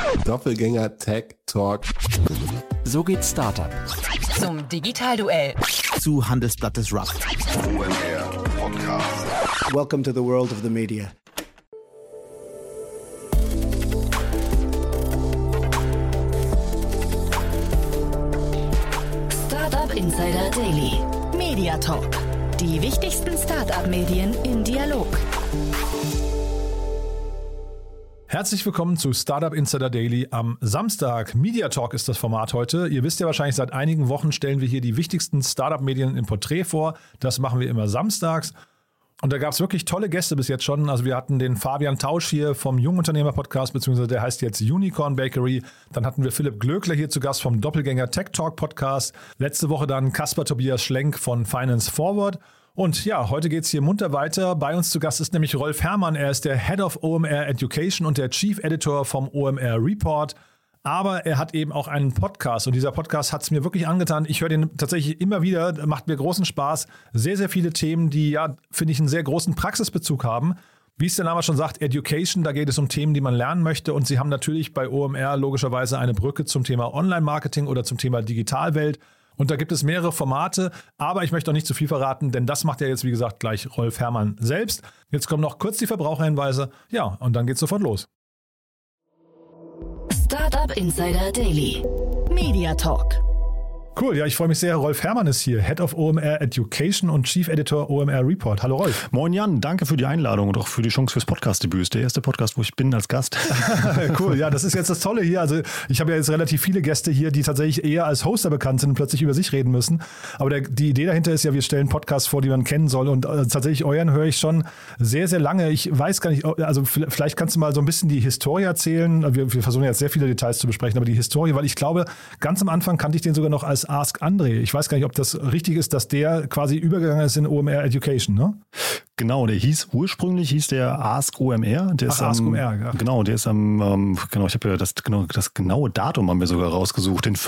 Doppelgänger Tech Talk. So geht Startup. Zum Digitalduell. Zu Handelsblatt Disrupt. OMR Podcast. Welcome to the world of the media. Startup Insider Daily. Media Talk. Die wichtigsten Startup-Medien im Dialog. Herzlich willkommen zu Startup Insider Daily am Samstag. Media Talk ist das Format heute. Ihr wisst ja wahrscheinlich, seit einigen Wochen stellen wir hier die wichtigsten Startup-Medien im Porträt vor. Das machen wir immer samstags. Und da gab es wirklich tolle Gäste bis jetzt schon. Also wir hatten den Fabian Tausch hier vom Jungunternehmer-Podcast, beziehungsweise der heißt jetzt Unicorn Bakery. Dann hatten wir Philipp Glöckler hier zu Gast vom Doppelgänger Tech Talk Podcast. Letzte Woche dann Caspar Tobias Schlenk von Finance Forward. Und ja, heute geht es hier munter weiter. Bei uns zu Gast ist nämlich Rolf Herrmann. Er ist der Head of OMR Education und der Chief Editor vom OMR Report. Aber er hat eben auch einen Podcast und dieser Podcast hat es mir wirklich angetan. Ich höre den tatsächlich immer wieder, macht mir großen Spaß. Sehr, sehr viele Themen, die ja, finde ich, einen sehr großen Praxisbezug haben. Wie es der Name schon sagt, Education, da geht es um Themen, die man lernen möchte. Und sie haben natürlich bei OMR logischerweise eine Brücke zum Thema Online-Marketing oder zum Thema Digitalwelt. Und da gibt es mehrere Formate, aber ich möchte auch nicht zu viel verraten, denn das macht ja jetzt, wie gesagt, gleich Rolf Herrmann selbst. Jetzt kommen noch kurz die Verbraucherhinweise. Ja, und dann geht's sofort los. Startup Insider Daily. Media Talk. Cool, ja, ich freue mich sehr. Rolf Herrmann ist hier, Head of OMR Education und Chief Editor OMR Report. Hallo Rolf. Moin Jan, danke für die Einladung und auch für die Chance fürs Podcast-Debüt. Ist der erste Podcast, wo ich bin als Gast. Cool, ja, das ist jetzt das Tolle hier. Also ich habe ja jetzt relativ viele Gäste hier, die tatsächlich eher als Hoster bekannt sind und plötzlich über sich reden müssen. Aber die Idee dahinter ist ja, wir stellen Podcasts vor, die man kennen soll. Und tatsächlich euren höre ich schon sehr, sehr lange. Ich weiß gar nicht, also vielleicht kannst du mal so ein bisschen die Historie erzählen. Wir versuchen jetzt sehr viele Details zu besprechen, aber die Historie, weil ich glaube, ganz am Anfang kannte ich den sogar noch als Ask André. Ich weiß gar nicht, ob das richtig ist, dass der quasi übergegangen ist in OMR Education, ne? Genau, ursprünglich hieß der Ask OMR. Ask OMR, ja. Genau, der ist am, ich habe ja das genaue Datum haben wir sogar rausgesucht. Den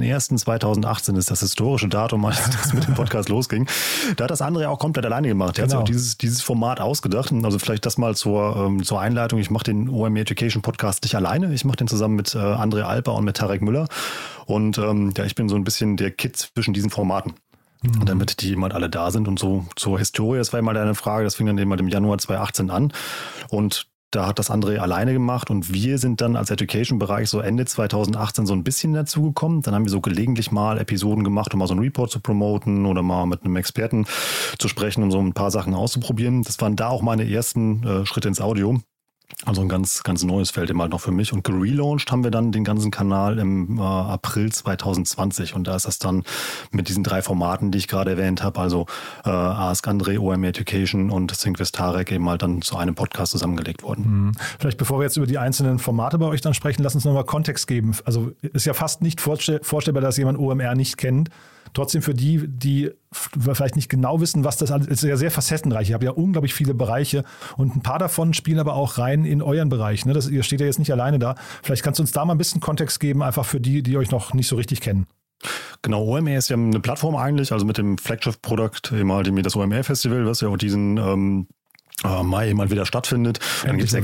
15.01.2018 ist das historische Datum, als das mit dem Podcast losging. Da hat das André auch komplett alleine gemacht. Der hat sich auch dieses Format ausgedacht. Also vielleicht das mal zur Einleitung. Ich mache den OMR Education Podcast nicht alleine. Ich mache den zusammen mit André Alper und mit Tarek Müller. Und ich bin so ein bisschen der Kid zwischen diesen Formaten. Und damit die mal alle da sind und so zur Historie, das war ja mal deine Frage, das fing dann eben im Januar 2018 an und da hat das André alleine gemacht und wir sind dann als Education-Bereich so Ende 2018 so ein bisschen dazugekommen. Dann haben wir so gelegentlich mal Episoden gemacht, um mal so einen Report zu promoten oder mal mit einem Experten zu sprechen, um so ein paar Sachen auszuprobieren. Das waren da auch meine ersten Schritte ins Audio. Also ein ganz, ganz neues Feld eben halt noch für mich. Und gelauncht haben wir dann den ganzen Kanal im April 2020. Und da ist das dann mit diesen 3 Formaten, die ich gerade erwähnt habe, also Ask André, OMR Education und Think with Tarek eben halt dann zu einem Podcast zusammengelegt worden. Vielleicht bevor wir jetzt über die einzelnen Formate bei euch dann sprechen, lass uns nochmal Kontext geben. Also ist ja fast nicht vorstellbar, dass jemand OMR nicht kennt. Trotzdem für die vielleicht nicht genau wissen, was das ist, ja sehr facettenreich. Ihr habt ja unglaublich viele Bereiche und ein paar davon spielen aber auch rein in euren Bereich. Ne? Ihr steht ja jetzt nicht alleine da. Vielleicht kannst du uns da mal ein bisschen Kontext geben, einfach für die euch noch nicht so richtig kennen. Genau, OMR ist ja eine Plattform eigentlich, also mit dem Flagship-Produkt, eben halt das OMR-Festival, was ja auch diesen Mai eben mal wieder stattfindet. Dann gibt es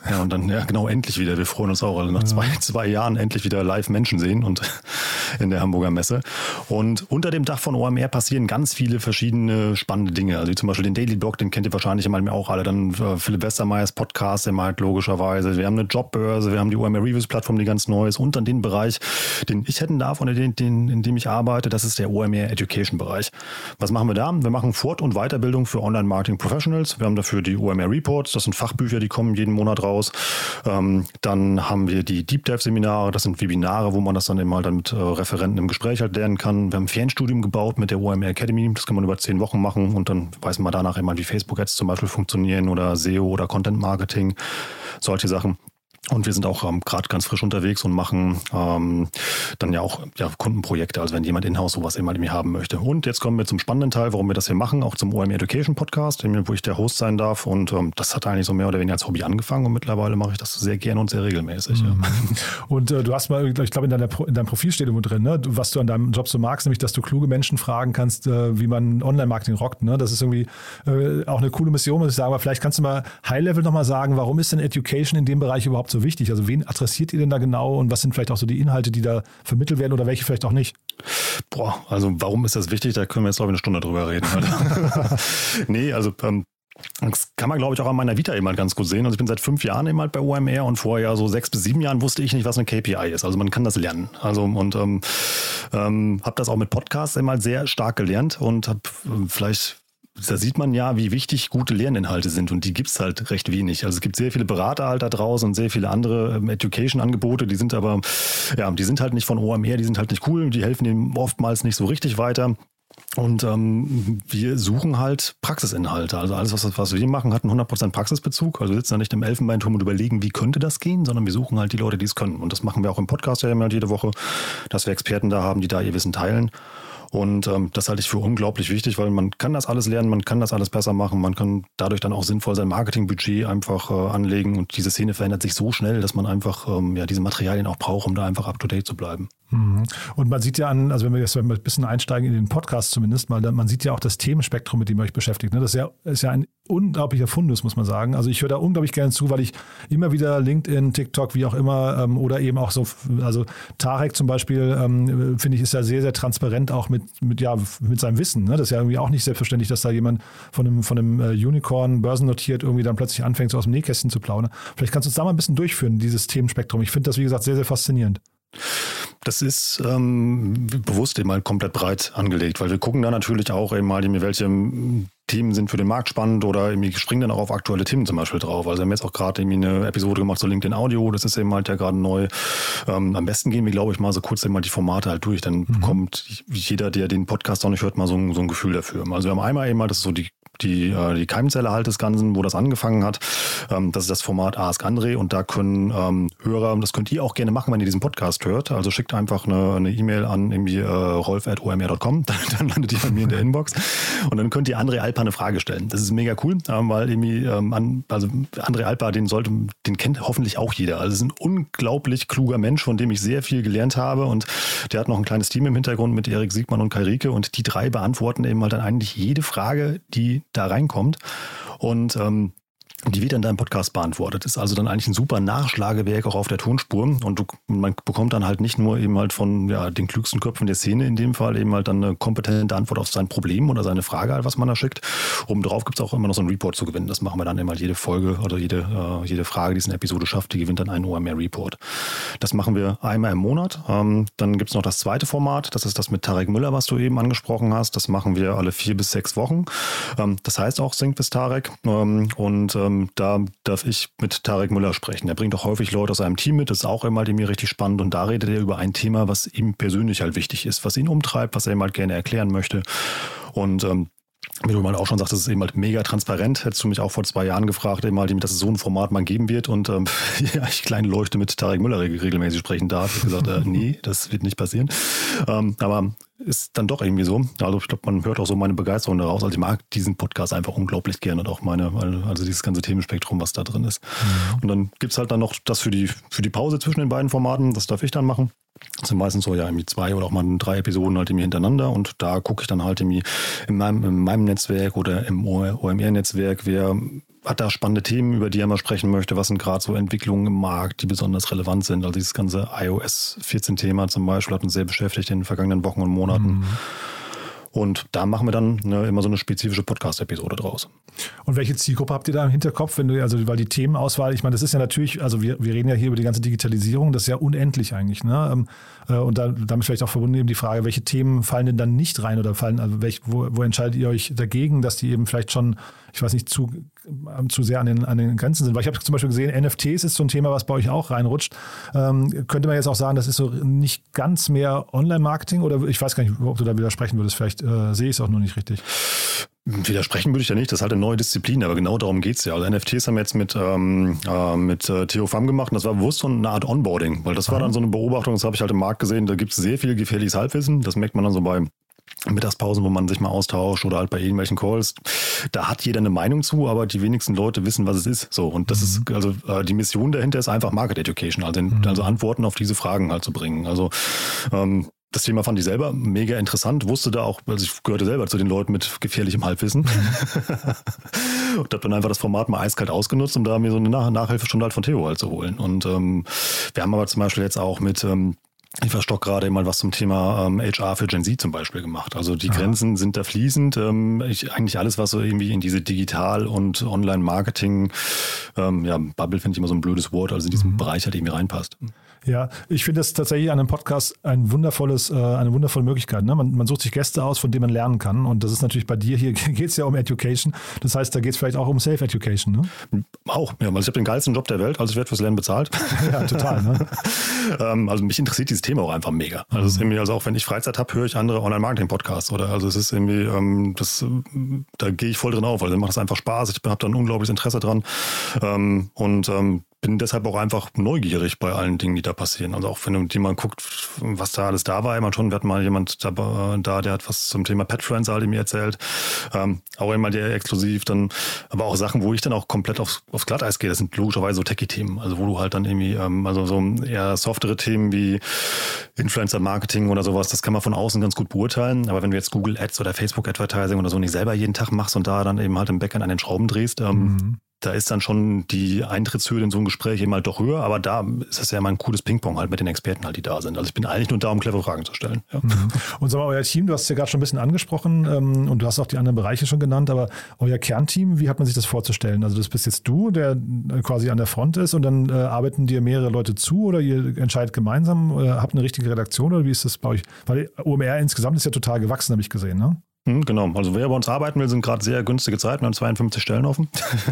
endlich wieder. Wir freuen uns auch, also nach zwei Jahren endlich wieder live Menschen sehen und in der Hamburger Messe. Und unter dem Dach von OMR passieren ganz viele verschiedene spannende Dinge. Also wie zum Beispiel den Daily Blog, den kennt ihr wahrscheinlich immer auch alle. Dann Philipp Westermeyers Podcast, immer halt logischerweise. Wir haben eine Jobbörse, wir haben die OMR Reviews Plattform, die ganz neu ist. Und dann den Bereich, den ich hätten darf und in dem ich arbeite, das ist der OMR Education Bereich. Was machen wir da? Wir machen Fort- und Weiterbildung für Online-Marketing Professionals. Wir haben dafür die OMR Reports, das sind Fachbücher, die kommen jeden Monat raus. Dann haben wir die Deep Dive Seminare, das sind Webinare, wo man das dann eben halt mit Referenten im Gespräch halt lernen kann. Wir haben ein Fernstudium gebaut mit der OMR Academy, das kann man über 10 Wochen machen und dann weiß man danach immer, wie Facebook Ads zum Beispiel funktionieren oder SEO oder Content Marketing, solche Sachen. Und wir sind auch gerade ganz frisch unterwegs und machen dann ja auch Kundenprojekte, also wenn jemand in-house sowas immer haben möchte. Und jetzt kommen wir zum spannenden Teil, warum wir das hier machen, auch zum OMR Education Podcast, wo ich der Host sein darf. Und das hat eigentlich so mehr oder weniger als Hobby angefangen und mittlerweile mache ich das sehr gerne und sehr regelmäßig. Mhm. Ja. Und du hast mal, ich glaube, in deinem Profil steht irgendwo drin, ne? Was du an deinem Job so magst, nämlich, dass du kluge Menschen fragen kannst, wie man Online-Marketing rockt. Ne? Das ist irgendwie auch eine coole Mission, muss ich sagen. Aber vielleicht kannst du mal High-Level nochmal sagen, warum ist denn Education in dem Bereich überhaupt so so wichtig? Also wen adressiert ihr denn da genau und was sind vielleicht auch so die Inhalte, die da vermittelt werden oder welche vielleicht auch nicht? Also warum ist das wichtig? Da können wir jetzt, glaube ich, eine Stunde drüber reden. Nee, also das kann man, glaube ich, auch an meiner Vita eben halt ganz gut sehen. Also ich bin seit 5 Jahren eben halt bei OMR und vorher so 6 bis 7 Jahren wusste ich nicht, was eine KPI ist. Also man kann das lernen. Also und habe das auch mit Podcasts eben halt sehr stark gelernt und habe da sieht man ja, wie wichtig gute Lerninhalte sind und die gibt es halt recht wenig. Also es gibt sehr viele Berater halt da draußen und sehr viele andere Education-Angebote, die sind aber, ja, die sind halt nicht von OMR, die sind halt nicht cool, die helfen denen oftmals nicht so richtig weiter. Und wir suchen halt Praxisinhalte. Also alles, was wir machen, hat einen 100% Praxisbezug. Also wir sitzen da nicht im Elfenbeinturm und überlegen, wie könnte das gehen, sondern wir suchen halt die Leute, die es können. Und das machen wir auch im Podcast ja immer jede Woche, dass wir Experten da haben, die da ihr Wissen teilen. Und das halte ich für unglaublich wichtig, weil man kann das alles lernen, man kann das alles besser machen, man kann dadurch dann auch sinnvoll sein Marketingbudget einfach anlegen und diese Szene verändert sich so schnell, dass man einfach diese Materialien auch braucht, um da einfach up-to-date zu bleiben. Und man sieht ja also wenn wir jetzt ein bisschen einsteigen in den Podcast zumindest mal, man sieht ja auch das Themenspektrum, mit dem ihr euch beschäftigt. Ne? Das ist ja ein unglaublicher Fundus, muss man sagen. Also ich höre da unglaublich gerne zu, weil ich immer wieder LinkedIn, TikTok, wie auch immer, oder eben auch so, also Tarek zum Beispiel, finde ich, ist ja sehr, sehr transparent auch mit seinem Wissen. Ne? Das ist ja irgendwie auch nicht selbstverständlich, dass da jemand von einem Unicorn börsennotiert irgendwie dann plötzlich anfängt, so aus dem Nähkästchen zu plaudern. Vielleicht kannst du uns da mal ein bisschen durchführen, dieses Themenspektrum. Ich finde das, wie gesagt, sehr, sehr faszinierend. Das ist bewusst eben mal komplett breit angelegt, weil wir gucken da natürlich auch eben mal, welche Themen sind für den Markt spannend oder irgendwie springen dann auch auf aktuelle Themen zum Beispiel drauf. Also wir haben jetzt auch gerade irgendwie eine Episode gemacht zu LinkedIn Audio, das ist eben halt ja gerade neu. Am besten gehen wir, glaube ich, mal so kurz eben mal die Formate halt durch, dann bekommt jeder, der den Podcast noch nicht hört, mal so ein Gefühl dafür. Also wir haben einmal eben mal, das ist so die Keimzelle halt des Ganzen, wo das angefangen hat. Das ist das Format Ask André und da können Hörer, das könnt ihr auch gerne machen, wenn ihr diesen Podcast hört. Also schickt einfach eine E-Mail an irgendwie rolf@omr.com, dann landet ihr bei mir in der Inbox und dann könnt ihr André Alpa eine Frage stellen. Das ist mega cool, weil irgendwie also André Alpa, den kennt hoffentlich auch jeder. Also es ist ein unglaublich kluger Mensch, von dem ich sehr viel gelernt habe und der hat noch ein kleines Team im Hintergrund mit Erik Siegmann und Kai Rieke und die 3 beantworten eben halt dann eigentlich jede Frage, die da reinkommt und die wird in deinem Podcast beantwortet. Ist also dann eigentlich ein super Nachschlagewerk auch auf der Tonspur und man bekommt dann halt nicht nur eben halt von den klügsten Köpfen der Szene in dem Fall eben halt dann eine kompetente Antwort auf sein Problem oder seine Frage halt, was man da schickt. Obendrauf gibt es auch immer noch so einen Report zu gewinnen. Das machen wir dann immer jede Folge oder jede Frage, die es in der Episode schafft, die gewinnt dann einen OMR-Report. Das machen wir einmal im Monat. Dann gibt es noch das zweite Format. Das ist das mit Tarek Müller, was du eben angesprochen hast. Das machen wir alle 4 bis 6 Wochen. Das heißt auch Sync with Tarek und da darf ich mit Tarek Müller sprechen. Er bringt auch häufig Leute aus seinem Team mit, das ist auch immer mir richtig spannend und da redet er über ein Thema, was ihm persönlich halt wichtig ist, was ihn umtreibt, was er ihm halt gerne erklären möchte und wie du mal auch schon sagst, das ist eben halt mega transparent. Hättest du mich auch vor 2 Jahren gefragt, eben halt, dass es so ein Format mal geben wird und ich kleine Leuchte mit Tarek Müller regelmäßig sprechen darf. Ich habe gesagt, nee, das wird nicht passieren. Aber ist dann doch irgendwie so. Also ich glaube, man hört auch so meine Begeisterung daraus. Also ich mag diesen Podcast einfach unglaublich gerne und auch also dieses ganze Themenspektrum, was da drin ist. Und dann gibt es halt dann noch das für die Pause zwischen den beiden Formaten. Das darf ich dann machen. Das sind meistens so irgendwie 2 oder auch mal 3 Episoden halt irgendwie hintereinander und da gucke ich dann halt irgendwie in meinem Netzwerk oder im OMR-Netzwerk, wer hat da spannende Themen, über die er mal sprechen möchte, was sind gerade so Entwicklungen im Markt, die besonders relevant sind. Also dieses ganze iOS 14-Thema zum Beispiel hat uns sehr beschäftigt in den vergangenen Wochen und Monaten. Und da machen wir dann immer so eine spezifische Podcast-Episode draus. Und welche Zielgruppe habt ihr da im Hinterkopf, weil die Themenauswahl, ich meine, das ist ja natürlich, also wir reden ja hier über die ganze Digitalisierung, das ist ja unendlich eigentlich, ne? Und damit vielleicht auch verbunden eben die Frage, welche Themen fallen denn dann nicht rein oder wo entscheidet ihr euch dagegen, dass die eben vielleicht schon, ich weiß nicht, zu sehr an den Grenzen sind? Weil ich habe zum Beispiel gesehen, NFTs ist so ein Thema, was bei euch auch reinrutscht. Könnte man jetzt auch sagen, das ist so nicht ganz mehr Online-Marketing oder ich weiß gar nicht, ob du da widersprechen würdest, vielleicht sehe ich es auch nur nicht richtig. Widersprechen würde ich ja nicht, das ist halt eine neue Disziplin, aber genau darum geht es ja. Also NFTs haben wir jetzt mit Theo Pham gemacht und das war bewusst so eine Art Onboarding, weil das war dann so eine Beobachtung, das habe ich halt im Markt gesehen, da gibt es sehr viel gefährliches Halbwissen, das merkt man dann so bei Mittagspausen, wo man sich mal austauscht oder halt bei irgendwelchen Calls. Da hat jeder eine Meinung zu, aber die wenigsten Leute wissen, was es ist. So, und das ist, also die Mission dahinter ist einfach Market Education, also Antworten auf diese Fragen halt zu bringen. Also Das Thema fand ich selber mega interessant, wusste da auch, also ich gehörte selber zu den Leuten mit gefährlichem Halbwissen und habe dann einfach das Format mal eiskalt ausgenutzt, um da mir so eine Nachhilfestunde halt von Theo halt zu holen. Und wir haben aber zum Beispiel jetzt auch mit ich verstock gerade mal was zum Thema HR für Gen Z zum Beispiel gemacht. Also die Grenzen sind da fließend. Eigentlich alles, was so irgendwie in diese Digital- und Online-Marketing, Bubble finde ich immer so ein blödes Wort, also in diesem Bereich halt irgendwie reinpasst. Ja, ich finde das tatsächlich an einem Podcast eine wundervolle Möglichkeit. Ne? Man sucht sich Gäste aus, von denen man lernen kann. Und das ist natürlich bei dir, hier geht es ja um Education. Das heißt, da geht es vielleicht auch um Self-Education. Ne? Auch, ja, weil ich habe den geilsten Job der Welt, also ich werde fürs Lernen bezahlt. Ja, total. Ne? Also mich interessiert dieses Thema auch einfach mega. Also, es ist irgendwie, also auch wenn ich Freizeit habe, höre ich andere Online-Marketing-Podcasts. Oder also es ist irgendwie, da gehe ich voll drin auf, also mir macht es einfach Spaß. Ich habe da ein unglaubliches Interesse dran. Bin deshalb auch einfach neugierig bei allen Dingen, die da passieren. Also auch wenn jemand guckt, was da alles da war, wir hatten mal jemand da, der hat was zum Thema Pet Friends halt mir erzählt. Auch immer der exklusiv, dann aber auch Sachen, wo ich dann auch komplett aufs Glatteis gehe. Das sind logischerweise so Techie-Themen. Also wo du halt dann irgendwie, also so eher softere Themen wie Influencer-Marketing oder sowas, das kann man von außen ganz gut beurteilen. Aber wenn du jetzt Google Ads oder Facebook Advertising oder so nicht selber jeden Tag machst und da dann eben halt im Backend an den Schrauben drehst, da ist dann schon die Eintrittshürde in so ein Gespräch eben halt doch höher, aber da ist es ja immer ein cooles Ping-Pong halt mit den Experten halt, die da sind. Also ich bin eigentlich nur da, um clevere Fragen zu stellen. Ja. Und sag mal, euer Team, du hast es ja gerade schon ein bisschen angesprochen und du hast auch die anderen Bereiche schon genannt, aber euer Kernteam, wie hat man sich das vorzustellen? Also das bist jetzt du, der quasi an der Front ist und dann arbeiten dir mehrere Leute zu oder ihr entscheidet gemeinsam, habt eine richtige Redaktion oder wie ist das bei euch? Weil OMR insgesamt ist ja total gewachsen, habe ich gesehen, ne? Genau, also wer bei uns arbeiten will, sind gerade sehr günstige Zeiten. Wir haben 52 Stellen offen.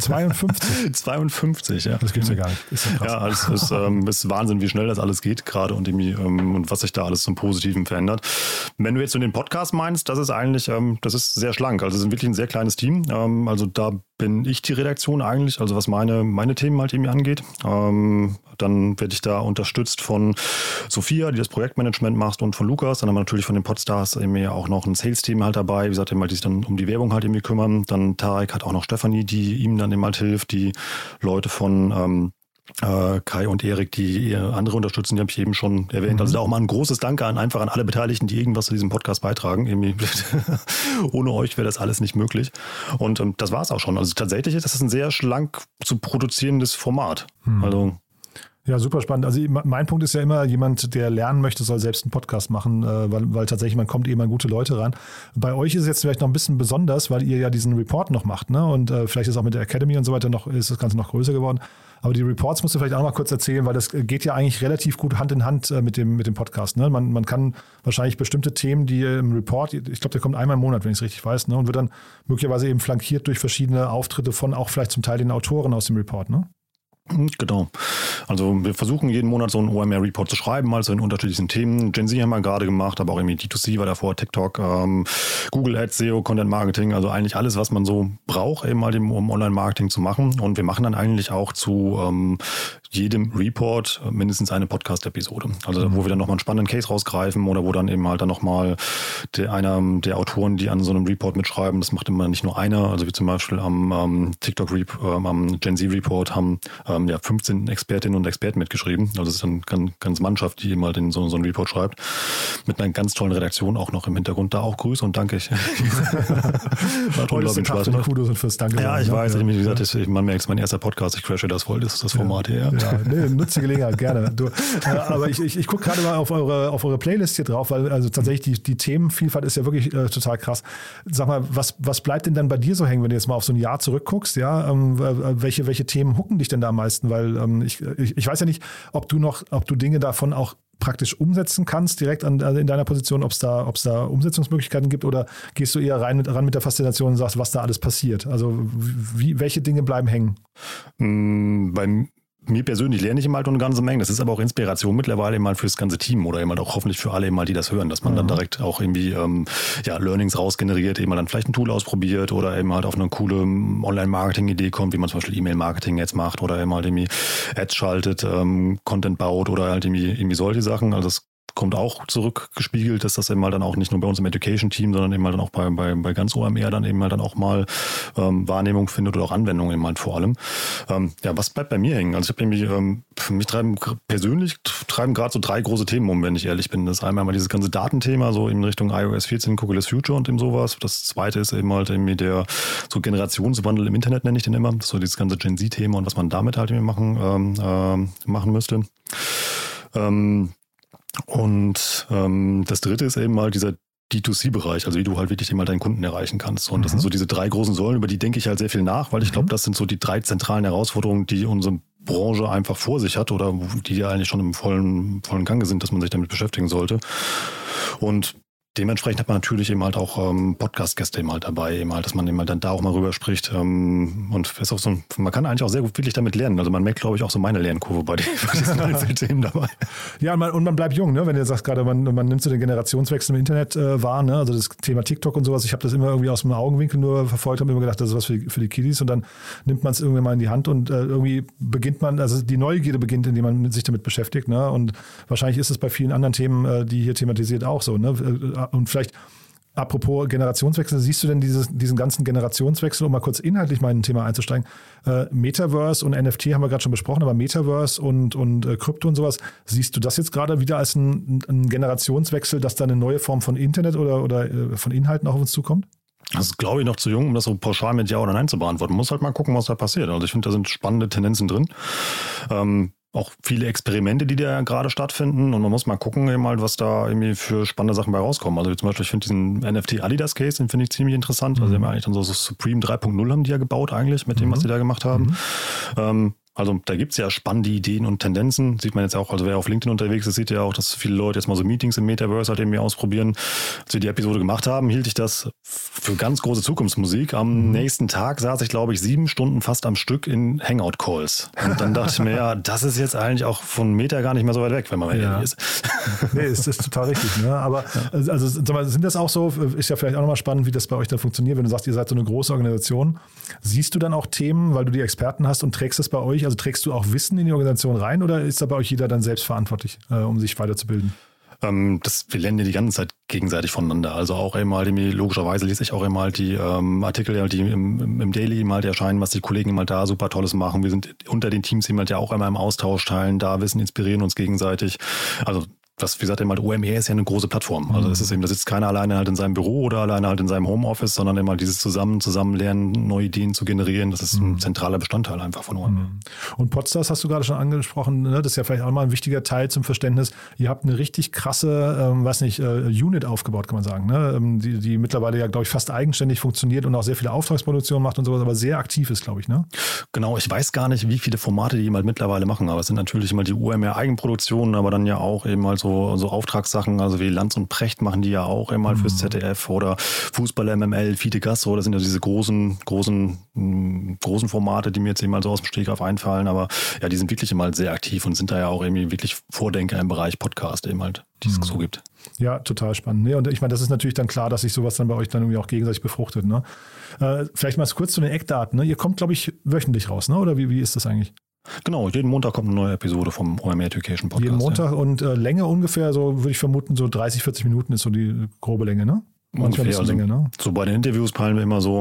52? 52, ja. Das gibt's ja gar nicht. Ist ja krass. Ja, es ist Wahnsinn, wie schnell das alles geht gerade und was sich da alles zum Positiven verändert. Wenn du jetzt so den Podcast meinst, das ist eigentlich, das ist sehr schlank. Also es ist wirklich ein sehr kleines Team. Also da bin ich die Redaktion eigentlich, also was meine Themen halt irgendwie angeht. Dann werde ich da unterstützt von Sophia, die das Projektmanagement macht, und von Lukas. Dann haben wir natürlich von den Podstars eben auch noch ein Sales-Team halt dabei, wie gesagt, die sich dann um die Werbung halt irgendwie kümmern. Dann Tarek hat auch noch Stefanie, die ihm dann eben halt hilft. Die Leute von Kai und Erik, die andere unterstützen, die habe ich eben schon erwähnt. Also da auch mal ein großes Danke an alle Beteiligten, die irgendwas zu diesem Podcast beitragen. Irgendwie ohne euch wäre das alles nicht möglich. Und das war es auch schon. Also tatsächlich ist das ein sehr schlank zu produzierendes Format. Also ja, super spannend. Also mein Punkt ist ja immer, jemand, der lernen möchte, soll selbst einen Podcast machen, weil tatsächlich man kommt eben an gute Leute ran. Bei euch ist es jetzt vielleicht noch ein bisschen besonders, weil ihr ja diesen Report noch macht, ne? Und vielleicht ist auch mit der Academy und so weiter ist das Ganze noch größer geworden. Aber die Reports musst du vielleicht auch noch mal kurz erzählen, weil das geht ja eigentlich relativ gut Hand in Hand mit dem Podcast. Ne? Man kann wahrscheinlich bestimmte Themen, die im Report, ich glaube, der kommt einmal im Monat, wenn ich es richtig weiß, ne? Und wird dann möglicherweise eben flankiert durch verschiedene Auftritte von auch vielleicht zum Teil den Autoren aus dem Report, ne? Genau. Also wir versuchen jeden Monat so einen OMR-Report zu schreiben, also in unterschiedlichen Themen. Gen Z haben wir gerade gemacht, aber auch irgendwie D2C war davor, TikTok, Google Ads, SEO, Content Marketing, also eigentlich alles, was man so braucht, eben halt um Online-Marketing zu machen. Und wir machen dann eigentlich auch zu jedem Report mindestens eine Podcast-Episode. Also wo wir dann nochmal einen spannenden Case rausgreifen oder wo dann eben halt dann nochmal einer der Autoren, die an so einem Report mitschreiben, das macht immer nicht nur einer, also wie zum Beispiel am am Gen Z-Report haben 15 Expertinnen und Experten mitgeschrieben. Also das ist dann ganz Mannschaft, die eben halt in so einen Report schreibt. Mit einer ganz tollen Redaktion auch noch im Hintergrund. Da auch Grüße und danke. Hat unglaublich Spaß gemacht. Kudos und fürs Danke. Ja, ich weiß. Wie gesagt, man merkt, es ist mein erster Podcast. Ich crashe das voll. Das ist das Format hier. Ja, nutze Gelegenheit, gerne. Aber ich gucke gerade mal auf eure Playlist hier drauf, weil also tatsächlich die Themenvielfalt ist ja wirklich total krass. Sag mal, was bleibt denn dann bei dir so hängen, wenn du jetzt mal auf so ein Jahr zurückguckst? Ja, welche Themen hucken dich denn da am meisten? Weil ich weiß ja nicht, ob du Dinge davon auch praktisch umsetzen kannst, direkt in deiner Position, ob es da Umsetzungsmöglichkeiten gibt, oder gehst du eher ran mit der Faszination und sagst, was da alles passiert? Also welche Dinge bleiben hängen? Bei mir persönlich lerne ich immer halt eine ganze Menge. Das ist aber auch Inspiration mittlerweile immer fürs ganze Team oder immer auch hoffentlich für alle immer, die das hören, dass man dann direkt auch irgendwie Learnings rausgeneriert, eben dann vielleicht ein Tool ausprobiert oder eben halt auf eine coole Online-Marketing-Idee kommt, wie man zum Beispiel E-Mail-Marketing jetzt macht oder eben halt irgendwie Ads schaltet, Content baut oder halt irgendwie solche Sachen. Also das kommt auch zurückgespiegelt, dass das eben halt dann auch nicht nur bei uns im Education-Team, sondern eben halt dann auch bei ganz OMR dann eben halt dann auch mal Wahrnehmung findet oder auch Anwendung eben halt vor allem. Was bleibt bei mir hängen? Also ich habe irgendwie, mich treiben gerade so 3 große Themen um, wenn ich ehrlich bin. Das ist einmal dieses ganze Datenthema, so in Richtung iOS 14, Cookieless Future und eben sowas. Das zweite ist eben halt irgendwie der so Generationswandel im Internet, nenne ich den immer. Das ist so dieses ganze Gen Z-Thema und was man damit halt machen müsste. Das dritte ist eben halt dieser D2C-Bereich, also wie du halt wirklich eben halt deinen Kunden erreichen kannst. Und das sind so diese 3 großen Säulen, über die denke ich halt sehr viel nach, weil ich glaube, das sind so die 3 zentralen Herausforderungen, die unsere Branche einfach vor sich hat oder die ja eigentlich schon im vollen Gange sind, dass man sich damit beschäftigen sollte. Und dementsprechend hat man natürlich eben halt auch Podcast-Gäste eben halt dabei, eben halt, dass man eben halt dann da auch mal rüber spricht. Und ist auch so, man kann eigentlich auch sehr gut wirklich damit lernen. Also man merkt, glaube ich, auch so meine Lernkurve bei diesen Einzelthemen dabei. Ja, und man bleibt jung, ne? Wenn du sagst gerade, man nimmt so den Generationswechsel im Internet wahr, ne? Also das Thema TikTok und sowas. Ich habe das immer irgendwie aus dem Augenwinkel nur verfolgt, habe immer gedacht, das ist was für die Kiddies. Und dann nimmt man es irgendwann mal in die Hand und irgendwie beginnt man, also die Neugierde beginnt, indem man sich damit beschäftigt. Ne? Und wahrscheinlich ist es bei vielen anderen Themen, die hier thematisiert, auch so, ne? Und vielleicht, apropos Generationswechsel, siehst du denn diesen ganzen Generationswechsel, um mal kurz inhaltlich mal in ein Thema einzusteigen? Metaverse und NFT haben wir gerade schon besprochen, aber Metaverse und Krypto und sowas, siehst du das jetzt gerade wieder als ein Generationswechsel, dass da eine neue Form von Internet oder von Inhalten auf uns zukommt? Das ist, glaube ich, noch zu jung, um das so pauschal mit Ja oder Nein zu beantworten. Man muss halt mal gucken, was da passiert. Also ich finde, da sind spannende Tendenzen drin. Auch viele Experimente, die da gerade stattfinden, und man muss mal gucken, eben halt, was da irgendwie für spannende Sachen bei rauskommen. Also zum Beispiel, ich finde diesen NFT Adidas Case, den finde ich ziemlich interessant. Also die haben eigentlich dann so Supreme 3.0 haben die ja gebaut eigentlich mit dem, was sie da gemacht haben. Also da gibt es ja spannende Ideen und Tendenzen. Sieht man jetzt auch, also wer auf LinkedIn unterwegs ist, sieht ja auch, dass viele Leute jetzt mal so Meetings im Metaverse halt irgendwie ausprobieren. Als wir die Episode gemacht haben, hielt ich das für ganz große Zukunftsmusik. Am nächsten Tag saß ich, glaube ich, 7 Stunden fast am Stück in Hangout-Calls. Und dann dachte ich mir, ja, das ist jetzt eigentlich auch von Meta gar nicht mehr so weit weg, wenn man ehrlich ist. Nee, ist total richtig. Ne? Aber also sag mal, sind das auch so, ist ja vielleicht auch nochmal spannend, wie das bei euch dann funktioniert, wenn du sagst, ihr seid so eine große Organisation. Siehst du dann auch Themen, weil du die Experten hast und trägst das bei euch? Also trägst du auch Wissen in die Organisation rein oder ist da bei euch jeder dann selbst verantwortlich, um sich weiterzubilden? Wir lernen ja die ganze Zeit gegenseitig voneinander. Also auch eben halt, logischerweise lese ich auch eben halt die Artikel, die im Daily eben halt erscheinen, was die Kollegen eben halt da super Tolles machen. Wir sind unter den Teams eben halt ja auch einmal im Austausch, teilen da Wissen, inspirieren uns gegenseitig. Also wie gesagt, eben halt OMR ist ja eine große Plattform. Also das ist eben, da sitzt keiner alleine halt in seinem Büro oder alleine halt in seinem Homeoffice, sondern immer dieses zusammen lernen, neue Ideen zu generieren. Das ist ein zentraler Bestandteil einfach von OMR. Und Podstars hast du gerade schon angesprochen, ne? Das ist ja vielleicht auch mal ein wichtiger Teil zum Verständnis. Ihr habt eine richtig krasse, Unit aufgebaut, kann man sagen, ne? Die mittlerweile ja, glaube ich, fast eigenständig funktioniert und auch sehr viele Auftragsproduktionen macht und sowas, aber sehr aktiv ist, glaube ich, ne? Genau, ich weiß gar nicht, wie viele Formate die eben halt mittlerweile machen, aber es sind natürlich immer die OMR-Eigenproduktionen, aber dann ja auch eben halt so Auftragssachen, also wie Lanz und Precht machen die ja auch immer fürs ZDF oder Fußball MML, Fide Gasso, das sind ja diese großen Formate, die mir jetzt eben mal so aus dem Stegreif einfallen, aber ja, die sind wirklich immer sehr aktiv und sind da ja auch irgendwie wirklich Vordenker im Bereich Podcast eben halt, die es so gibt. Ja, total spannend. Nee, und ich meine, das ist natürlich dann klar, dass sich sowas dann bei euch dann irgendwie auch gegenseitig befruchtet. Ne? Vielleicht mal kurz zu den Eckdaten. Ne? Ihr kommt, glaube ich, wöchentlich raus, ne? Oder wie ist das eigentlich? Genau, jeden Montag kommt eine neue Episode vom OMR Education Podcast. Jeden Montag und Länge ungefähr, so würde ich vermuten, so 30, 40 Minuten ist so die grobe Länge, ne? Manchmal ein bisschen länger, ne? So bei den Interviews peilen wir immer so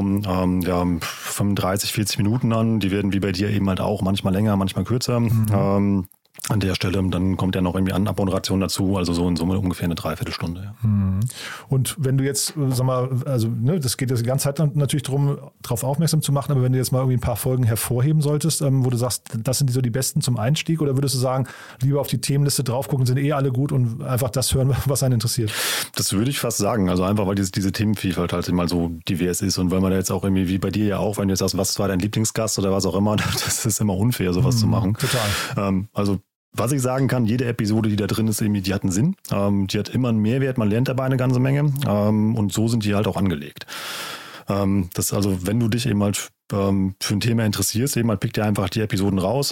35, 40 Minuten an. Die werden wie bei dir eben halt auch manchmal länger, manchmal kürzer. An der Stelle, dann kommt ja noch irgendwie eine Abmoderation dazu, also so in Summe ungefähr eine Dreiviertelstunde. Ja. Und wenn du jetzt, sag mal, also ne, das geht jetzt die ganze Zeit natürlich darum, darauf aufmerksam zu machen, aber wenn du jetzt mal irgendwie ein paar Folgen hervorheben solltest, wo du sagst, das sind so die besten zum Einstieg, oder würdest du sagen, lieber auf die Themenliste drauf gucken, sind alle gut und einfach das hören, was einen interessiert? Das würde ich fast sagen, also einfach, weil diese Themenvielfalt halt mal so divers ist und weil man da jetzt auch irgendwie, wie bei dir ja auch, wenn du jetzt sagst, was war dein Lieblingsgast oder was auch immer, das ist immer unfair, sowas zu machen. Total. Also was ich sagen kann, jede Episode, die da drin ist, die hat einen Sinn. Die hat immer einen Mehrwert, man lernt dabei eine ganze Menge. Und so sind die halt auch angelegt. Das also, wenn du dich eben halt für ein Thema interessierst, eben halt pick dir einfach die Episoden raus.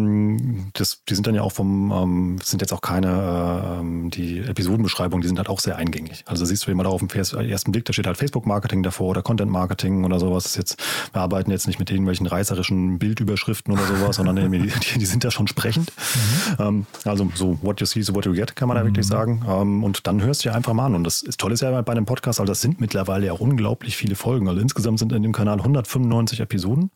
Die sind dann ja auch sind jetzt auch keine, die Episodenbeschreibungen, die sind halt auch sehr eingängig. Also siehst du eben halt auch auf den ersten Blick, da steht halt Facebook-Marketing davor oder Content-Marketing oder sowas. Wir arbeiten jetzt nicht mit irgendwelchen reißerischen Bildüberschriften oder sowas, sondern die sind da schon sprechend. Also so what you see, so what you get, kann man da wirklich sagen. Und dann hörst du ja einfach mal an. Und das Tolle ist ja bei einem Podcast, also das sind mittlerweile ja auch unglaublich viele Folgen. Also insgesamt sind in dem Kanal 195 Episoden.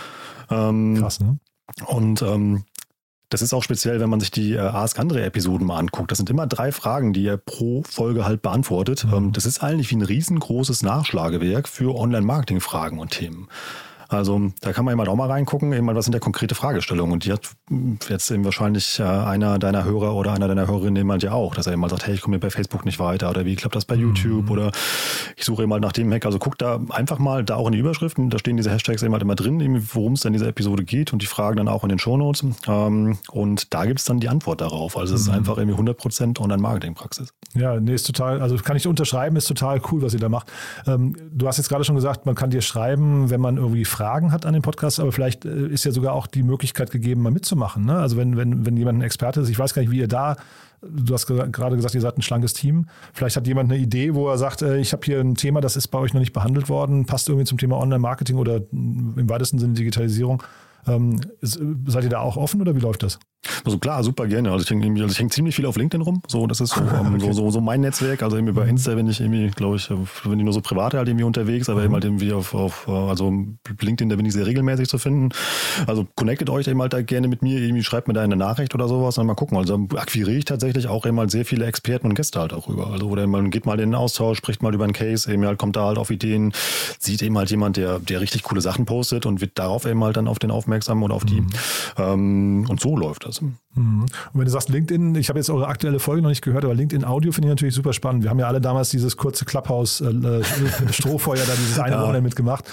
Krass, ne? Und das ist auch speziell, wenn man sich die Ask Andre-Episoden mal anguckt. Das sind immer 3 Fragen, die er pro Folge halt beantwortet. Das ist eigentlich wie ein riesengroßes Nachschlagewerk für Online-Marketing-Fragen und Themen. Also da kann man eben halt auch mal reingucken, eben mal, was sind der konkrete Fragestellungen. Und die hat jetzt eben wahrscheinlich einer deiner Hörer oder einer deiner Hörerinnen eben halt ja auch, dass er eben mal sagt, hey, ich komme hier bei Facebook nicht weiter oder wie klappt das bei YouTube oder ich suche eben mal nach dem Hack. Also guck da einfach mal da auch in die Überschriften, da stehen diese Hashtags eben halt immer drin, worum es dann in dieser Episode geht und die Fragen dann auch in den Shownotes. Und da gibt es dann die Antwort darauf. Also es ist einfach irgendwie 100% Online-Marketing-Praxis. Ja, nee, ist total, also kann ich unterschreiben, ist total cool, was ihr da macht. Du hast jetzt gerade schon gesagt, man kann dir schreiben, wenn man irgendwie Fragen hat an den Podcast, aber vielleicht ist ja sogar auch die Möglichkeit gegeben, mal mitzumachen. Ne? Also wenn jemand ein Experte ist, ich weiß gar nicht, wie ihr da, du hast gerade gesagt, ihr seid ein schlankes Team, vielleicht hat jemand eine Idee, wo er sagt, ich habe hier ein Thema, das ist bei euch noch nicht behandelt worden, passt irgendwie zum Thema Online-Marketing oder im weitesten Sinne Digitalisierung. Seid ihr da auch offen oder wie läuft das? Also klar, super gerne. Also ich hänge ziemlich viel auf LinkedIn rum. So, das ist so, okay. so mein Netzwerk. Also irgendwie bei Insta bin ich irgendwie, glaube ich, bin ich nur so privat halt irgendwie unterwegs, aber eben halt irgendwie also LinkedIn, da bin ich sehr regelmäßig zu finden. Also connectet euch eben halt da gerne mit mir, irgendwie schreibt mir da eine Nachricht oder sowas, dann mal gucken. Also akquiriere ich tatsächlich auch eben halt sehr viele Experten und Gäste halt auch rüber. Also oder man geht mal in den Austausch, spricht mal über einen Case, eben halt kommt da halt auf Ideen, sieht eben halt jemand, der richtig coole Sachen postet und wird darauf eben halt dann auf den aufmerksam oder auf die. Und so läuft das. Und wenn du sagst LinkedIn, ich habe jetzt eure aktuelle Folge noch nicht gehört, aber LinkedIn Audio finde ich natürlich super spannend. Wir haben ja alle damals dieses kurze Clubhouse-Strohfeuer da dieses eine Wochenende mitgemacht.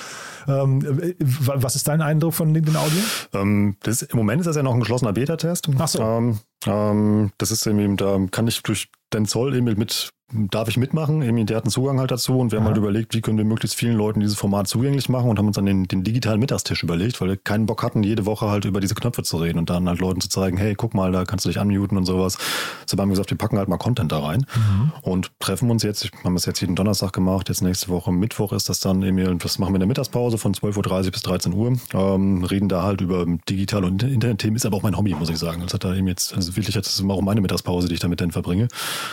Was ist dein Eindruck von LinkedIn Audio? Im Moment ist das ja noch ein geschlossener Beta-Test. Ach so. Das ist eben, da kann ich durch den Zoll eben darf ich mitmachen, eben der hat einen Zugang halt dazu und wir haben halt überlegt, wie können wir möglichst vielen Leuten dieses Format zugänglich machen und haben uns dann den digitalen Mittagstisch überlegt, weil wir keinen Bock hatten, jede Woche halt über diese Knöpfe zu reden und dann halt Leuten zu zeigen, hey, guck mal, da kannst du dich unmuten und sowas. So haben wir gesagt, wir packen halt mal Content da rein und treffen uns jetzt, haben es jetzt jeden Donnerstag gemacht, jetzt nächste Woche Mittwoch ist das dann eben, das machen wir in der Mittagspause von 12.30 Uhr bis 13 Uhr, reden da halt über digitale und Internetthemen, ist aber auch mein Hobby, muss ich sagen. Das hat da eben jetzt, also wirklich, das ist auch meine Mittagspause, die ich damit dann verbringe.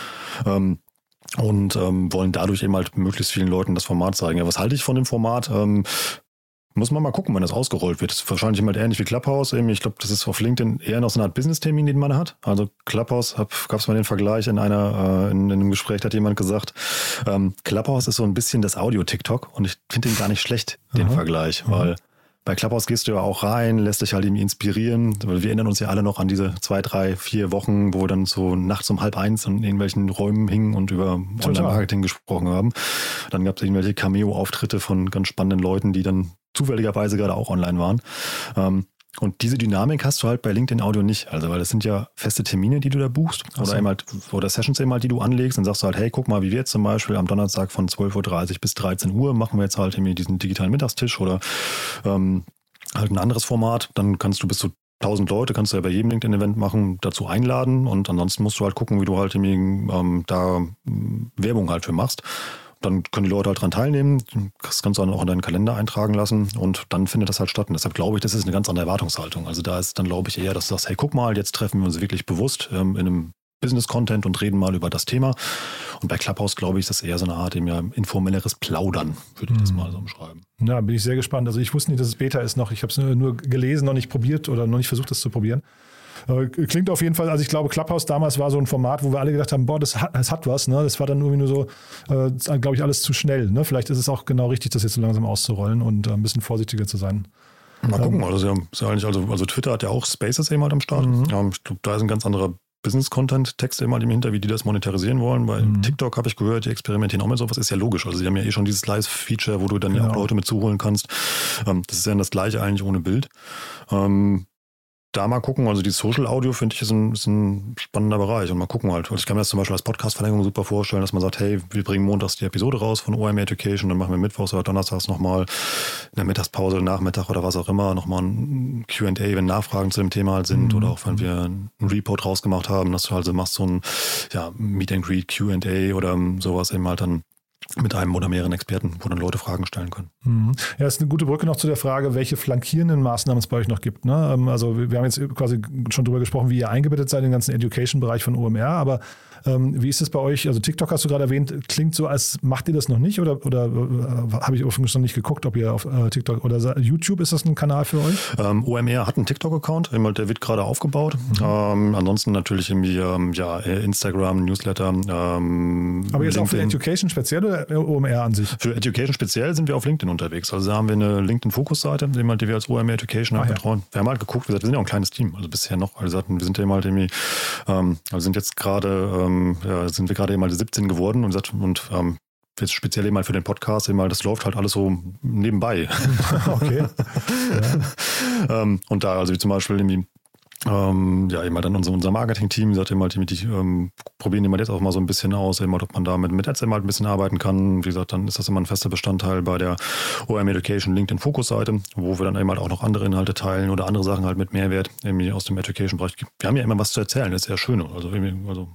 Und wollen dadurch eben halt möglichst vielen Leuten das Format zeigen. Ja, was halte ich von dem Format? Muss man mal gucken, wenn das ausgerollt wird. Das ist wahrscheinlich immer ähnlich wie Clubhouse. Ich glaube, das ist auf LinkedIn eher noch so eine Art Business-Termin, den man hat. Also Clubhouse, gab es mal den Vergleich in einem Gespräch, hat jemand gesagt, Clubhouse ist so ein bisschen das Audio-TikTok und ich finde den gar nicht schlecht, den Vergleich, weil bei Clubhouse gehst du ja auch rein, lässt dich halt irgendwie inspirieren. Wir erinnern uns ja alle noch an diese 2, 3, 4 Wochen, wo wir dann so nachts um 12:30 in irgendwelchen Räumen hingen und über Online-Marketing gesprochen haben. Dann gab es irgendwelche Cameo-Auftritte von ganz spannenden Leuten, die dann zufälligerweise gerade auch online waren. Und diese Dynamik hast du halt bei LinkedIn Audio nicht. Also, weil das sind ja feste Termine, die du da buchst oder Sessions eben halt, die du anlegst. Dann sagst du halt, hey, guck mal, wie wir jetzt zum Beispiel am Donnerstag von 12.30 Uhr bis 13 Uhr machen wir jetzt halt irgendwie diesen digitalen Mittagstisch oder halt ein anderes Format. Dann kannst du bis zu 1000 Leute, kannst du ja bei jedem LinkedIn-Event machen, dazu einladen und ansonsten musst du halt gucken, wie du halt irgendwie da Werbung halt für machst. Dann können die Leute halt dran teilnehmen, das kannst du dann auch in deinen Kalender eintragen lassen und dann findet das halt statt. Und deshalb glaube ich, das ist eine ganz andere Erwartungshaltung. Also da ist dann, glaube ich, eher, dass du sagst, hey, guck mal, jetzt treffen wir uns wirklich bewusst in einem Business-Content und reden mal über das Thema. Und bei Clubhouse, glaube ich, ist das eher so eine Art informelleres Plaudern, würde ich das mal so umschreiben. Ja, bin ich sehr gespannt. Also ich wusste nicht, dass es Beta ist noch. Ich habe es nur gelesen, noch nicht probiert oder noch nicht versucht, das zu probieren. Klingt auf jeden Fall, also ich glaube, Clubhouse damals war so ein Format, wo wir alle gedacht haben, boah, das hat was. Ne? Das war dann irgendwie nur so, glaube ich, alles zu schnell. Ne? Vielleicht ist es auch genau richtig, das jetzt so langsam auszurollen und ein bisschen vorsichtiger zu sein. Mal gucken, also Twitter hat ja auch Spaces eben halt am Start. Ich glaube, da ist ein ganz anderer Business-Content-Text immer im Hinter, wie die das monetarisieren wollen. Bei TikTok habe ich gehört, die experimentieren auch mit sowas. Ist ja logisch. Also sie haben ja eh schon dieses Live-Feature, wo du dann ja auch Leute mit zuholen kannst. Das ist ja das Gleiche eigentlich ohne Bild. da mal gucken. Also die Social Audio finde ich ist ein spannender Bereich und mal gucken halt. Also ich kann mir das zum Beispiel als Podcast-Verlängerung super vorstellen, dass man sagt, hey, wir bringen montags die Episode raus von OMR Education, dann machen wir mittwochs oder donnerstags nochmal in der Mittagspause, Nachmittag oder was auch immer, nochmal ein Q&A, wenn Nachfragen zu dem Thema halt sind oder auch wenn wir einen Report rausgemacht haben, dass du also machst so ein Meet and Greet, Q&A oder sowas eben halt dann mit einem oder mehreren Experten, wo dann Leute Fragen stellen können. Ja, das ist eine gute Brücke noch zu der Frage, welche flankierenden Maßnahmen es bei euch noch gibt. Ne? Also wir haben jetzt quasi schon drüber gesprochen, wie ihr eingebettet seid in den ganzen Education-Bereich von OMR, aber wie ist es bei euch? Also TikTok hast du gerade erwähnt, klingt so, als macht ihr das noch nicht oder habe ich offensichtlich noch nicht geguckt, ob ihr auf TikTok oder YouTube, ist das ein Kanal für euch? OMR hat einen TikTok-Account, der wird gerade aufgebaut. Ansonsten natürlich irgendwie Instagram, Newsletter. Aber jetzt auch für Education speziell oder OMR an sich? Für Education speziell sind wir auf LinkedIn unterwegs. Also da haben wir eine LinkedIn-Fokus-Seite, die wir als OMR Education betreuen. Wir haben halt geguckt, wir sind ja auch ein kleines Team, also bisher noch. Also wir sind ja eben halt irgendwie, sind jetzt gerade sind wir gerade eben mal 17 geworden und jetzt speziell eben mal für den Podcast, eben mal, das läuft halt alles so nebenbei. Okay. Ja. Und da, also wie zum Beispiel irgendwie, eben halt dann unser Marketing-Team, sagt eben halt, die probieren eben halt jetzt auch mal so ein bisschen aus, eben halt, ob man da mit Ads eben halt ein bisschen arbeiten kann. Wie gesagt, dann ist das immer ein fester Bestandteil bei der OMR Education LinkedIn-Fokus-Seite, wo wir dann eben halt auch noch andere Inhalte teilen oder andere Sachen halt mit Mehrwert irgendwie aus dem Education-Bereich. Wir haben ja immer was zu erzählen, das ist sehr schön. Also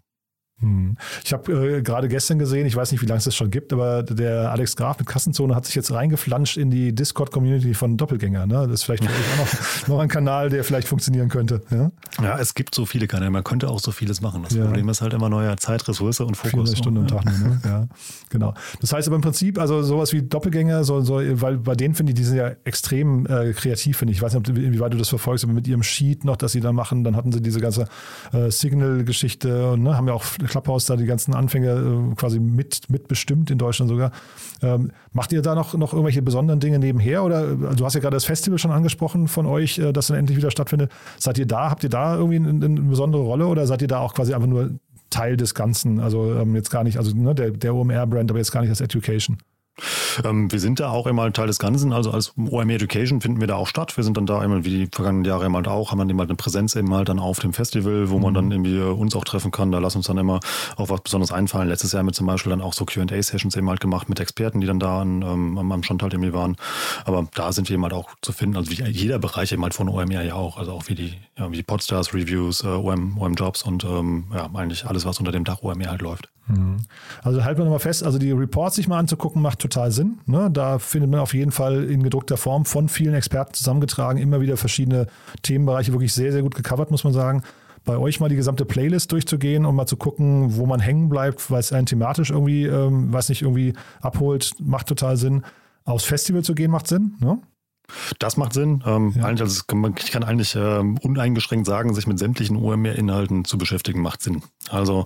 ich habe gerade gestern gesehen, ich weiß nicht, wie lange es das schon gibt, aber der Alex Graf mit Kassenzone hat sich jetzt reingeflanscht in die Discord-Community von Doppelgänger. Ne? Das ist vielleicht für euch auch noch ein Kanal, der vielleicht funktionieren könnte. Ja, es gibt so viele Kanäle, man könnte auch so vieles machen. Das Problem ist halt immer neue Zeit, Ressource und Fokus. 400 Stunden am Tag. Ne? Ja, genau. Das heißt aber im Prinzip, also sowas wie Doppelgänger, weil bei denen finde ich, die sind ja extrem kreativ, finde ich. Ich weiß nicht, wie weit du das verfolgst, aber mit ihrem Sheet noch, das sie da machen, dann hatten sie diese ganze Signal-Geschichte und haben ja auch Clubhouse da die ganzen Anfänger quasi mitbestimmt in Deutschland sogar. Macht ihr da noch irgendwelche besonderen Dinge nebenher? Oder du hast ja gerade das Festival schon angesprochen von euch, das dann endlich wieder stattfindet. Habt ihr da irgendwie eine besondere Rolle oder seid ihr da auch quasi einfach nur Teil des Ganzen? Also jetzt gar nicht, also der OMR-Brand, aber jetzt gar nicht als Education. Wir sind da auch immer Teil des Ganzen, also als OMR Education finden wir da auch statt. Wir sind dann da immer wie die vergangenen Jahre immer auch, haben dann eben halt eine Präsenz eben halt dann auf dem Festival, wo man dann irgendwie uns auch treffen kann. Da lassen uns dann immer auch was Besonderes einfallen. Letztes Jahr haben wir zum Beispiel dann auch so Q&A-Sessions eben halt gemacht mit Experten, die dann da am Stand halt irgendwie waren. Aber da sind wir eben halt auch zu finden, also wie jeder Bereich eben halt von OMR ja auch, also auch wie die Podstars, Reviews, OM-Jobs und eigentlich alles, was unter dem Dach OMR halt läuft. Also halten wir nochmal fest, also die Reports sich mal anzugucken, macht total Sinn. Ne? Da findet man auf jeden Fall in gedruckter Form von vielen Experten zusammengetragen, immer wieder verschiedene Themenbereiche, wirklich sehr, sehr gut gecovert, muss man sagen. Bei euch mal die gesamte Playlist durchzugehen und mal zu gucken, wo man hängen bleibt, weil es einen thematisch irgendwie abholt, macht total Sinn. Aufs Festival zu gehen, macht Sinn, ne? Das macht Sinn. Ich kann eigentlich uneingeschränkt sagen, sich mit sämtlichen OMR-Inhalten zu beschäftigen, macht Sinn. Also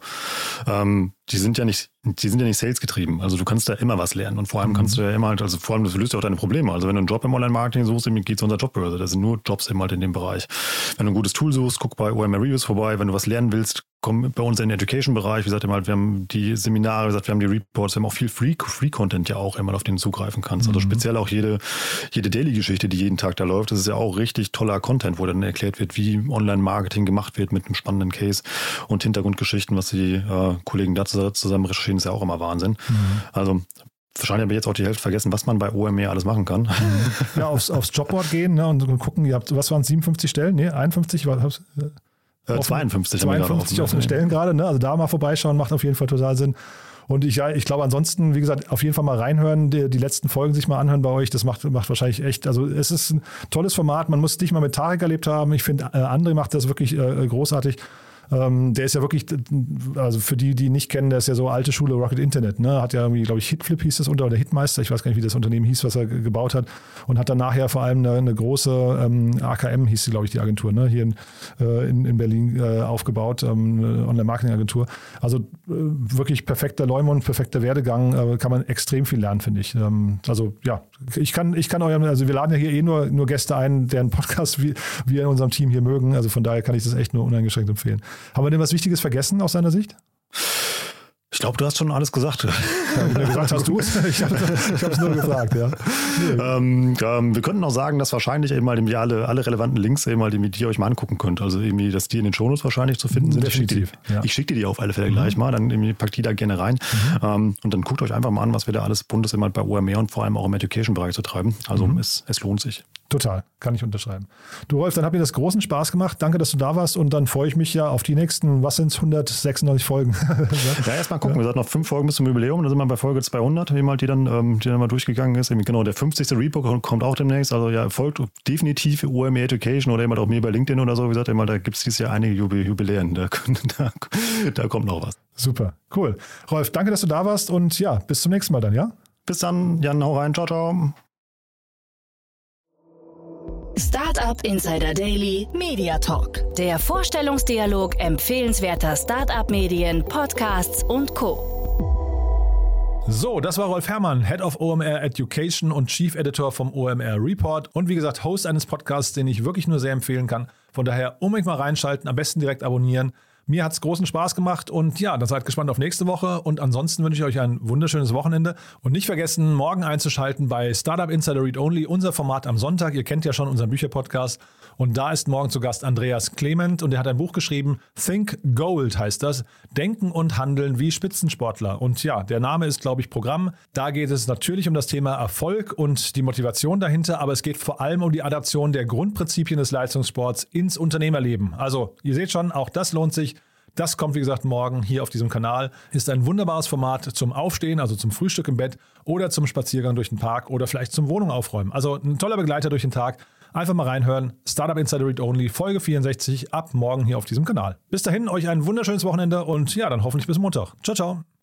die sind ja nicht Sales getrieben. Also du kannst da immer was lernen und vor allem kannst du ja immer das löst ja auch deine Probleme. Also wenn du einen Job im Online-Marketing suchst, geht zu unserer Jobbörse. Das sind nur Jobs eben halt in dem Bereich. Wenn du ein gutes Tool suchst, guck bei OMR Reviews vorbei. Wenn du was lernen willst, komm bei uns in den Education-Bereich. Wie gesagt, wir haben die Seminare, wir haben die Reports, wir haben auch viel Free-Content ja auch immer, auf den du zugreifen kannst. Also speziell auch jede Daily-Geschichte, die jeden Tag da läuft. Das ist ja auch richtig toller Content, wo dann erklärt wird, wie Online-Marketing gemacht wird mit einem spannenden Case und Hintergrundgeschichten, was die Kollegen da zusammen recherchieren, ist ja auch immer Wahnsinn. Also wahrscheinlich habe ich jetzt auch die Hälfte vergessen, was man bei OMR alles machen kann. Ja, aufs Jobboard gehen, ne, und gucken, ihr habt, was waren es, 57 Stellen? Nee, 51? 52 offene Stellen gerade, ne? Also da mal vorbeischauen, macht auf jeden Fall total Sinn. Und ich glaube ansonsten, wie gesagt, auf jeden Fall mal reinhören, die letzten Folgen sich mal anhören bei euch, das macht wahrscheinlich echt, also es ist ein tolles Format, man muss es nicht mal mit Tarek erlebt haben, ich finde, André macht das wirklich großartig. Der ist ja wirklich, also für die nicht kennen, der ist ja so alte Schule Rocket Internet, ne? Hat ja irgendwie, glaube ich, Hitflip hieß das oder Hitmeister, ich weiß gar nicht, wie das Unternehmen hieß, was er gebaut hat, und hat dann nachher vor allem eine große AKM, hieß sie, glaube ich, die Agentur, ne? Hier in Berlin aufgebaut, eine Online-Marketing-Agentur. Also wirklich perfekter Leumund, perfekter Werdegang, kann man extrem viel lernen, finde ich. Also ja, ich kann also wir laden ja hier nur Gäste ein, deren Podcast wir in unserem Team hier mögen, also von daher kann ich das echt nur uneingeschränkt empfehlen. Haben wir denn was Wichtiges vergessen aus seiner Sicht? Ich glaube, du hast schon alles gesagt. Gesagt hast du es? Ich habe es nur gefragt, ja. Wir könnten auch sagen, dass wahrscheinlich eben mal alle relevanten Links eben mal, die ihr euch mal angucken könnt. Also irgendwie, dass die in den Shownotes wahrscheinlich zu finden sind. Definitiv. Ich schicke dir die auf alle Fälle gleich mal, dann irgendwie packt die da gerne rein. Und dann guckt euch einfach mal an, was wir da alles Buntes immer bei OMR und vor allem auch im Education-Bereich zu treiben. Also es lohnt sich. Total, kann ich unterschreiben. Du Rolf, dann hat mir das großen Spaß gemacht. Danke, dass du da warst und dann freue ich mich ja auf die nächsten, was sind es, 196 Folgen? Ja, erstmal gucken. Wir sind noch 5 Folgen bis zum Jubiläum. Da sind wir bei Folge 200, die dann mal durchgegangen ist. Genau, der 50. Repo kommt auch demnächst. Also ja, folgt definitiv OMR Education oder immer auch mir bei LinkedIn oder so. Wie gesagt, da gibt es dieses Jahr einige Jubiläen. Da kommt noch was. Super, cool. Rolf, danke, dass du da warst und ja, bis zum nächsten Mal dann, ja? Bis dann, Jan, hau rein. Ciao, ciao. Startup Insider Daily Media Talk. Der Vorstellungsdialog empfehlenswerter Startup-Medien, Podcasts und Co. So, das war Rolf Herrmann, Head of OMR Education und Chief Editor vom OMR Report und wie gesagt Host eines Podcasts, den ich wirklich nur sehr empfehlen kann. Von daher unbedingt mal reinschalten, am besten direkt abonnieren. Mir hat es großen Spaß gemacht und ja, dann seid gespannt auf nächste Woche und ansonsten wünsche ich euch ein wunderschönes Wochenende und nicht vergessen, morgen einzuschalten bei Startup Insider Read Only, unser Format am Sonntag. Ihr kennt ja schon unseren Bücherpodcast und da ist morgen zu Gast Andreas Clement und er hat ein Buch geschrieben, Think Gold heißt das, Denken und Handeln wie Spitzensportler und ja, der Name ist, glaube ich, Programm. Da geht es natürlich um das Thema Erfolg und die Motivation dahinter, aber es geht vor allem um die Adaption der Grundprinzipien des Leistungssports ins Unternehmerleben. Also, ihr seht schon, auch das lohnt sich. Das kommt, wie gesagt, morgen hier auf diesem Kanal. Ist ein wunderbares Format zum Aufstehen, also zum Frühstück im Bett oder zum Spaziergang durch den Park oder vielleicht zum Wohnung aufräumen. Also ein toller Begleiter durch den Tag. Einfach mal reinhören. Startup Insider Read Only, Folge 64, ab morgen hier auf diesem Kanal. Bis dahin, euch ein wunderschönes Wochenende und ja, dann hoffentlich bis Montag. Ciao, ciao.